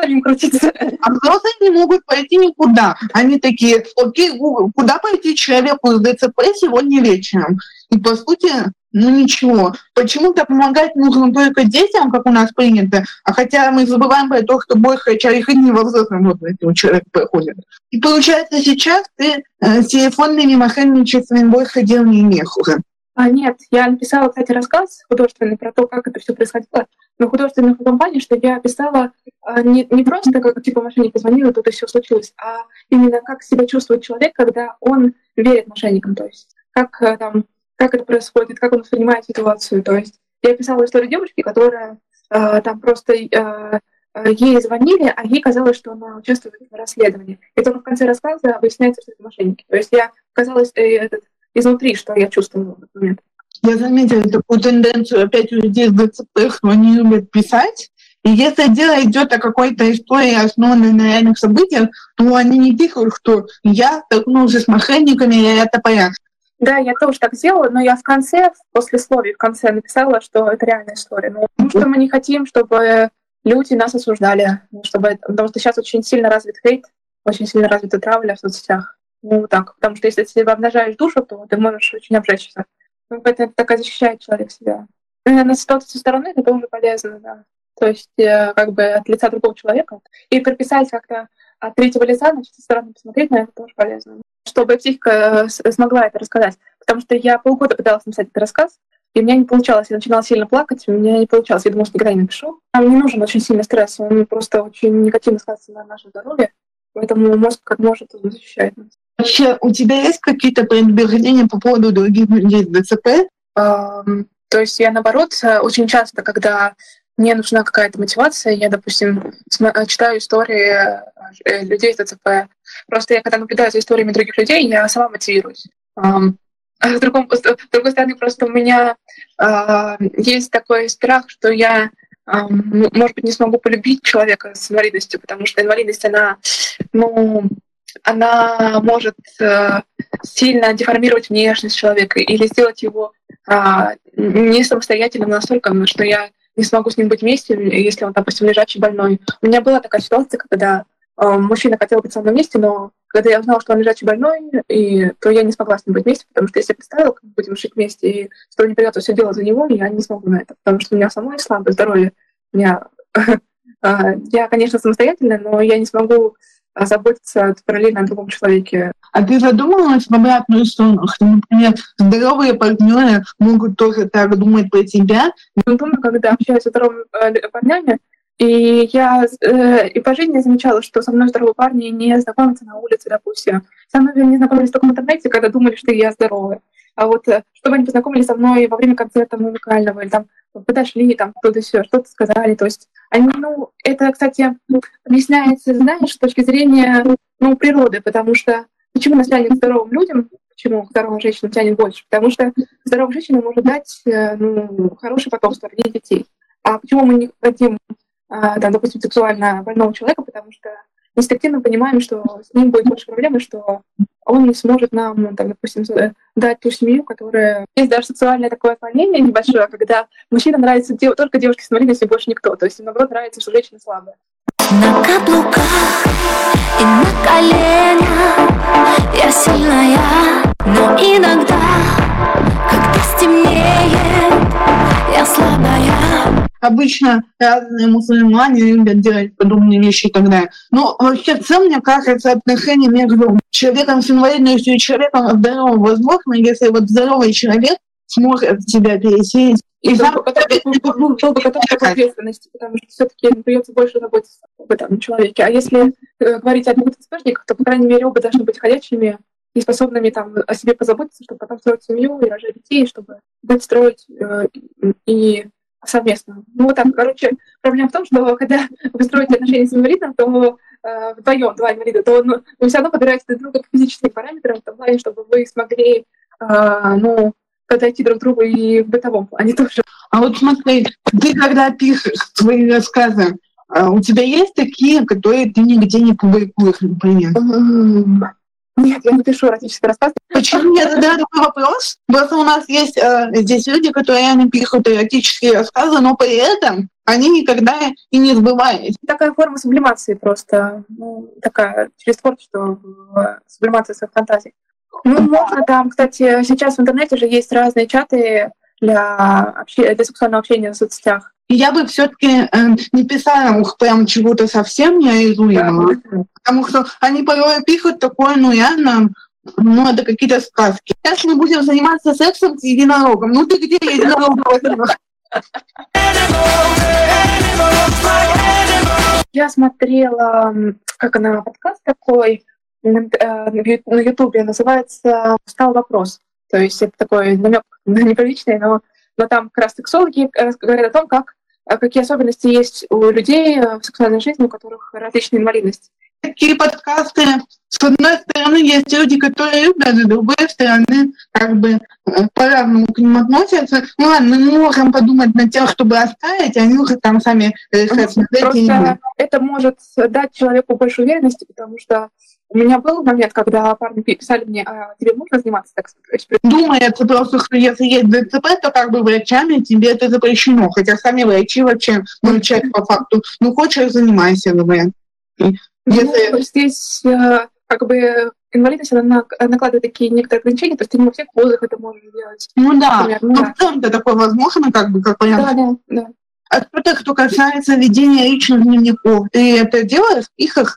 далее. А взрослые не могут пойти никуда. Они такие, окей, куда пойти человеку с ДЦП сегодня вечером? И по сути, ну ничего. Почему-то помогать нужно только детям, как у нас принято, а хотя мы забываем про то, что большая часть жизни во взрослом возрасте у человека проходит. И получается, сейчас ты э, с телефонными мошенничествами больше дел не имеешь уже. А, нет, я написала, кстати, рассказ художественный про то, как это все происходило, но художественный в том плане, что я писала а, не, не просто, как типа мошенник позвонил, и тут и все случилось, а именно как себя чувствует человек, когда он верит мошенникам, то есть как а, там как это происходит, как он воспринимает ситуацию. То есть я писала историю девушки, которая э, там просто э, ей звонили, а ей казалось, что она участвует в расследовании. И только в конце рассказа выясняется, что это мошенники. То есть я казалось этот, изнутри, что я чувствовала в этот момент. Я заметила такую тенденцию опять у людей с ДЦП, что они любят писать. И если дело идет о какой-то истории, основанной на реальных событиях, то они не пишут, что я столкнулся с мошенниками, и это порядок. Да, я тоже так сделала, но я в конце, в послесловии в конце написала, что это реальная история. Ну, потому что мы не хотим, чтобы люди нас осуждали, чтобы, потому что сейчас очень сильно развит хейт, очень сильно развита травля в соцсетях. Ну, вот так. Потому что если ты обнажаешь душу, то ты можешь очень обжечься. Ну, поэтому это так и защищает человек себя. И на ситуацию со стороны это тоже полезно, да. То есть э, как бы от лица другого человека. И приписать как-то от третьего лица, значит, со стороны посмотреть на это тоже полезно. Чтобы психика смогла это рассказать. Потому что я полгода пыталась написать этот рассказ, и у меня не получалось. Я начинала сильно плакать, у меня не получалось. Я думала, что никогда не напишу. Нам не нужен очень сильный стресс, он просто очень негативно сказывается на наше здоровье. Поэтому мозг как может он защищает нас. Вообще, у тебя есть какие-то предубеждения по поводу других людей с ДЦП? Um, то есть я, наоборот, очень часто, когда мне нужна какая-то мотивация, я, допустим, читаю истории людей с ДЦП. Просто я, когда наблюдаю за историями других людей, я сама мотивируюсь. Um, а с, другом, с другой стороны, просто у меня uh, есть такой страх, что я, um, может быть, не смогу полюбить человека с инвалидностью, потому что инвалидность, она, ну, она может uh, сильно деформировать внешность человека или сделать его uh, не самостоятельным настолько, что я не смогу с ним быть вместе, если он, допустим, лежачий больной. У меня была такая ситуация, когда э, мужчина хотел быть со мной вместе, но когда я узнала, что он лежачий больной, и, то я не смогла с ним быть вместе, потому что если я представила, как мы будем жить вместе, и что не придется все делать за него, я не смогу на это, потому что у меня самой слабое здоровье. У меня, я, конечно, самостоятельная, но я не смогу заботиться параллельно о другом человеке. А ты задумывалась в обратную сторону, что, например, здоровые партнеры могут тоже так думать про тебя? Я думаю, когда общаюсь с здоровыми парнями, и я э, и по жизни замечала, что со мной здоровые парни не знакомятся на улице, допустим. Со мной не знакомились только в интернете, когда думали, что я здоровая. А вот чтобы они познакомились со мной во время концерта музыкального, или там подошли, там кто-то все, что-то сказали. То есть они, ну, это, кстати, объясняется, знаешь, с точки зрения, ну, природы, потому что почему нас тянет к здоровым людям, почему здоровым женщинам тянет больше? Потому что здоровая женщина может дать, ну, хорошее потомство, родить детей. А почему мы не хотим, там, допустим, сексуально больного человека? Потому что инстинктивно понимаем, что с ним будет больше проблем, и что он не сможет нам, там, допустим, дать ту семью, которая... Есть даже сексуальное такое отклонение небольшое, когда мужчинам нравятся дев... только девушки с инвалидностью, больше никто. То есть им, наоборот, нравится, что женщина слабая. На каблуках и на коленях я сильная, но иногда, когда стемнеет, я слабая. Обычно разные мусульмане любят делать подобные вещи и так далее. Но вообще в целом, мне кажется, отношения между человеком с инвалидностью и человеком здоровым возможно, если вот здоровый человек сможет себя пересеять. И сам был бы готов к ответственности, потому что все-таки придется больше заботиться об этом человеке. А если э, говорить о двух ЦПшниках, то, по крайней мере, оба должны быть ходячими и способными там о себе позаботиться, чтобы потом строить семью и рожать детей, чтобы быть строить э, и совместно. Ну вот так, короче, проблема в том, что когда вы строите отношения с инвалидом, то э, вдвоем, два инвалида, то ну, вы все равно подбираете друг друга по физическим параметрам, в том плане, чтобы вы смогли, э, ну, подойти друг к другу и в бытовом плане тоже. А вот смотри, ты когда пишешь свои рассказы, у тебя есть такие, которые ты нигде не публикуешь, например? Нет, я не пишу эротические рассказы. Почему я задаю такой вопрос? Просто у нас есть э, здесь люди, которые реально пишут эротические рассказы, но при этом они никогда и не сбываются. Такая форма сублимации просто, ну, такая, через творчество, сублимация своих фантазий. Ну, можно там, кстати, сейчас в интернете же есть разные чаты для, обще... для сексуального общения в соцсетях. Я бы все-таки э, не писала уж прям чего-то совсем нереализуемого, да. Потому что они порой пишут такое, ну, реально, ну, это какие-то сказки. Сейчас мы будем заниматься сексом с единорогом. Ну, ты где единорог? Я смотрела, как она, подкаст такой, на Ютубе, называется «Встал вопрос». То есть это такой намек неприличный, но, но там как раз сексологи говорят о том, как какие особенности есть у людей в сексуальной жизни, у которых различные инвалидности. Такие подкасты, с одной стороны, есть люди, которые любят, а с другой стороны, как бы по-разному к ним относятся. Ну ладно, мы можем подумать над тем, чтобы оставить, а они уже там сами решат смотреть. Просто это может дать человеку больше уверенности, потому что у меня был момент, когда парни писали мне, а тебе можно заниматься, так сказать? Думается просто, что если есть ДЦП, то как бы врачами тебе это запрещено, хотя сами врачи вообще молчат по факту. Ну, хочешь, занимайся, говорят. Если... Ну, здесь как бы инвалидность, она накладывает такие некоторые ограничения, то есть ты не во всех позах это можешь делать. Ну да, например, ну, но да. в целом-то такое возможно, как бы, как вариант. Да, да, да. А что-то, что касается ведения личных дневников, ты это делаешь в их?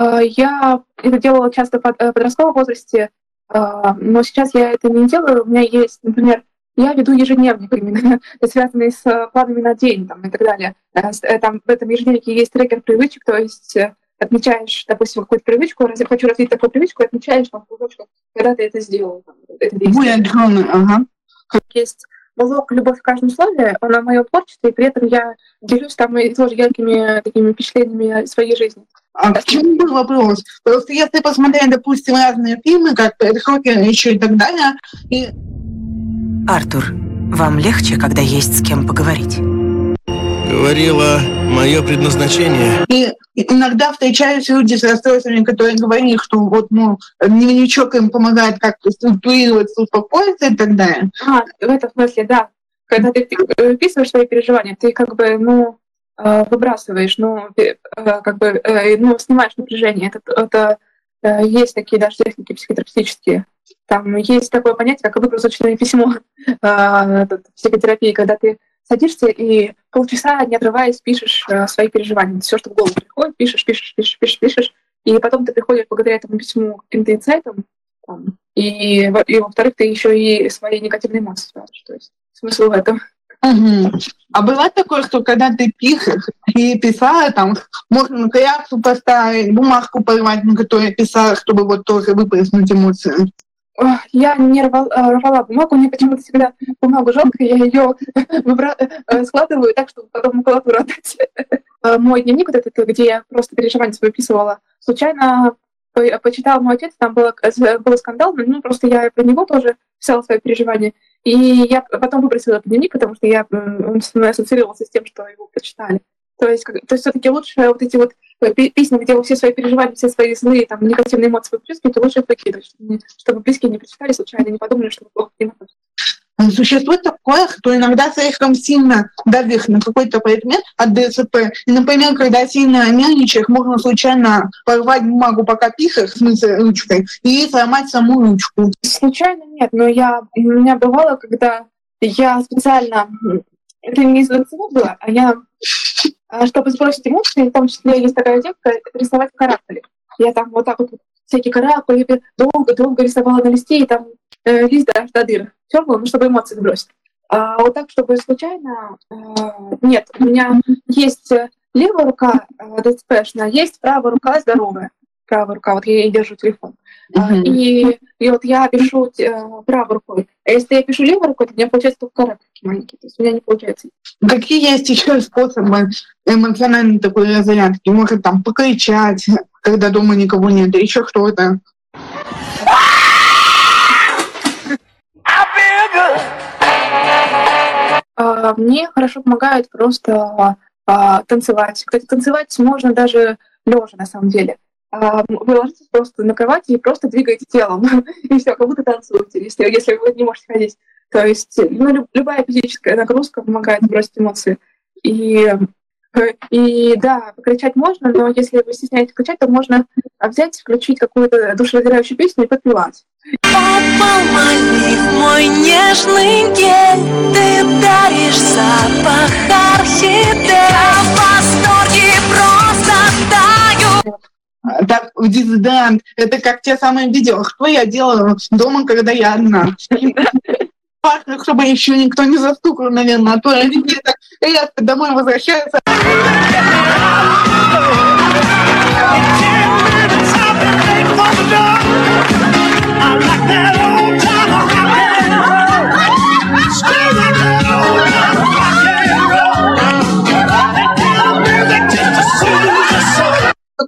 Я это делала часто в подростковом возрасте, но сейчас я это не делаю. У меня есть, например, я веду ежедневник именно, связанный с планами на день там, и так далее. Там в этом ежедневнике есть трекер привычек, то есть отмечаешь, допустим, какую-то привычку, раз я хочу развить такую привычку, отмечаешь, там, когда ты это сделал. Там, это действие. Ага. Есть блог «Любовь в каждом слове», он о моем творчестве, и при этом я делюсь там и тоже яркими такими впечатлениями своей жизни. А к чему был вопрос? Просто если посмотреть, допустим, разные фильмы, как «Хокер» еще и так далее, и... Артур, вам легче, когда есть с кем поговорить? Говорила, мое предназначение. И иногда встречаются люди с расстройствами, которые говорят, что вот, ну, дневничок им помогает как-то структурироваться, успокоиться и так далее. А, в этом смысле, да. Когда ты описываешь свои переживания, ты как бы, ну, выбрасываешь, ну, как бы, ну, снимаешь напряжение. Это, это есть такие даже техники психотерапевтические. Там есть такое понятие, как выбросочное письмо в психотерапии, когда ты садишься и полчаса, не отрываясь, пишешь э, свои переживания. Все, что в голову приходит, пишешь, пишешь, пишешь, пишешь, пишешь. И потом ты приходишь благодаря этому письму к каким-то инсайтам. Там, и, и, во-вторых, ты еще и свои негативные эмоции сразишь. То есть смысл в этом. Угу. А бывает такое, что когда ты пишешь и писала, там, можно на коррекцию поставить, бумажку порвать, на которой писала, чтобы вот тоже выплеснуть эмоции? Я не рвала, рвала бумагу, мне почему-то всегда бумагу жалко, я ее выбра... складываю так, чтобы потом макулатуру отдать. Мой дневник, вот этот, где я просто переживания свои выписывала, случайно почитал мой отец, там был, был скандал, ну просто я про него тоже писала свои переживания. И я потом выбросила этот дневник, потому что я, он ассоциировался с тем, что его прочитали. То есть, как, то есть все-таки лучше вот эти вот письма, где вы все свои переживания, все свои злые, там, негативные эмоции выплескиваете, лучше их выкидывать, чтобы, чтобы близкие не прочитали случайно, не подумали, что вы плохо к ним относитесь. Существует такое, что иногда слишком сильно давишь на какой-то предмет от ДЦП. И, например, когда сильно нервничаешь, можно случайно порвать бумагу, пока пишешь, в смысле ручкой, и сломать саму ручку. Случайно нет, но я, у меня бывало, когда я специально, это не из-за ДЦП было, а я... Чтобы сбросить эмоции, в том числе есть такая техника рисовать каракули. Я там вот так вот всякие каракули долго-долго рисовала на листе, и там э, лист даже до дыр тёрнула, ну, чтобы эмоции сбросить. А вот так, чтобы случайно... Э, нет, у меня есть левая рука э, ДЦПшная, есть правая рука здоровая. Правая рука, вот я и держу телефон. Uh-huh. И, и вот я пишу э, правой рукой. А если я пишу левой рукой, то у меня получается только каракульки маленькие. То есть у меня не получается. Какие есть еще способы эмоциональной такой разрядки? Может там покричать, когда дома никого нет, или еще что-то? Uh, мне хорошо помогает просто uh, танцевать. Кстати, танцевать можно даже лежа на самом деле. Вы ложитесь просто на кровати и просто двигаете телом. И все, как будто танцуете, если, если вы не можете ходить. То есть ну, любая физическая нагрузка помогает сбросить эмоции. И, и да, покричать можно, но если вы стесняетесь кричать, то можно взять, включить какую-то душераздирающую песню и подпевать. Помани в мой нежный гель, ты даришь запах орхидей. Я в восторге просто таю. Так, дезодорант, это как те самые видео, что я делаю дома, когда я одна. Важно, чтобы еще никто не застукал, наверное, а то родители так резко домой возвращаются.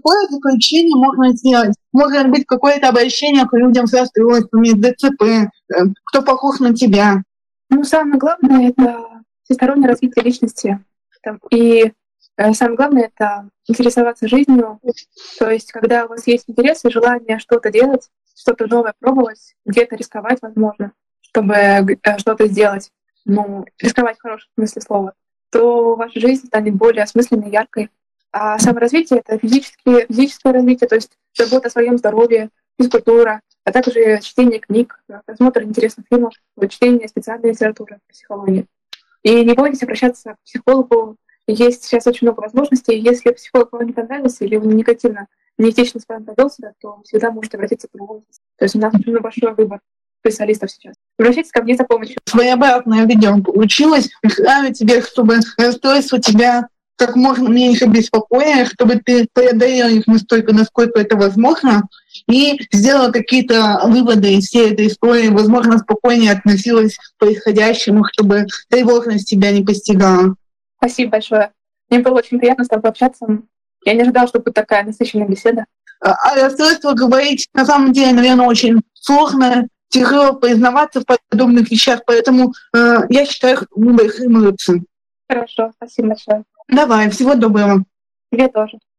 какое заключение можно сделать? Может быть, какое-то обращение к людям с расстройствами, ДЦП, кто похож на тебя? Ну, самое главное — это всестороннее развитие личности. И самое главное — это интересоваться жизнью. То есть, когда у вас есть интерес и желание что-то делать, что-то новое пробовать, где-то рисковать, возможно, чтобы что-то сделать, ну, рисковать в хорошем смысле слова, то ваша жизнь станет более осмысленной, яркой. А саморазвитие — это физические, физическое развитие, то есть забота о своем здоровье, физкультура, а также чтение книг, просмотр интересных фильмов, чтение специальной литературы, психологии. И не бойтесь обращаться к психологу. Есть сейчас очень много возможностей. Если психолог вам не понравился или он негативно, неэтично с вами повел себя, то вы всегда можете обратиться к другому. То есть у нас очень большой выбор специалистов сейчас. Обращайтесь ко мне за помощью. Своеобразное видео получилось. Желаю тебе, чтобы расстройство тебя как можно меньше беспокоило, чтобы ты преодолел их настолько, насколько это возможно, и сделала какие-то выводы из всей этой истории, возможно, спокойнее относилась к происходящему, чтобы тревожность тебя не постигала. Спасибо большое. Мне было очень приятно с тобой общаться. Я не ожидала, что будет такая насыщенная беседа. А расстройство говорить на самом деле, наверное, очень сложно, тяжело признаваться в подобных вещах, поэтому э, я считаю, что мы большие молодцы. Хорошо, спасибо большое. Давай, всего доброго. Тебе тоже.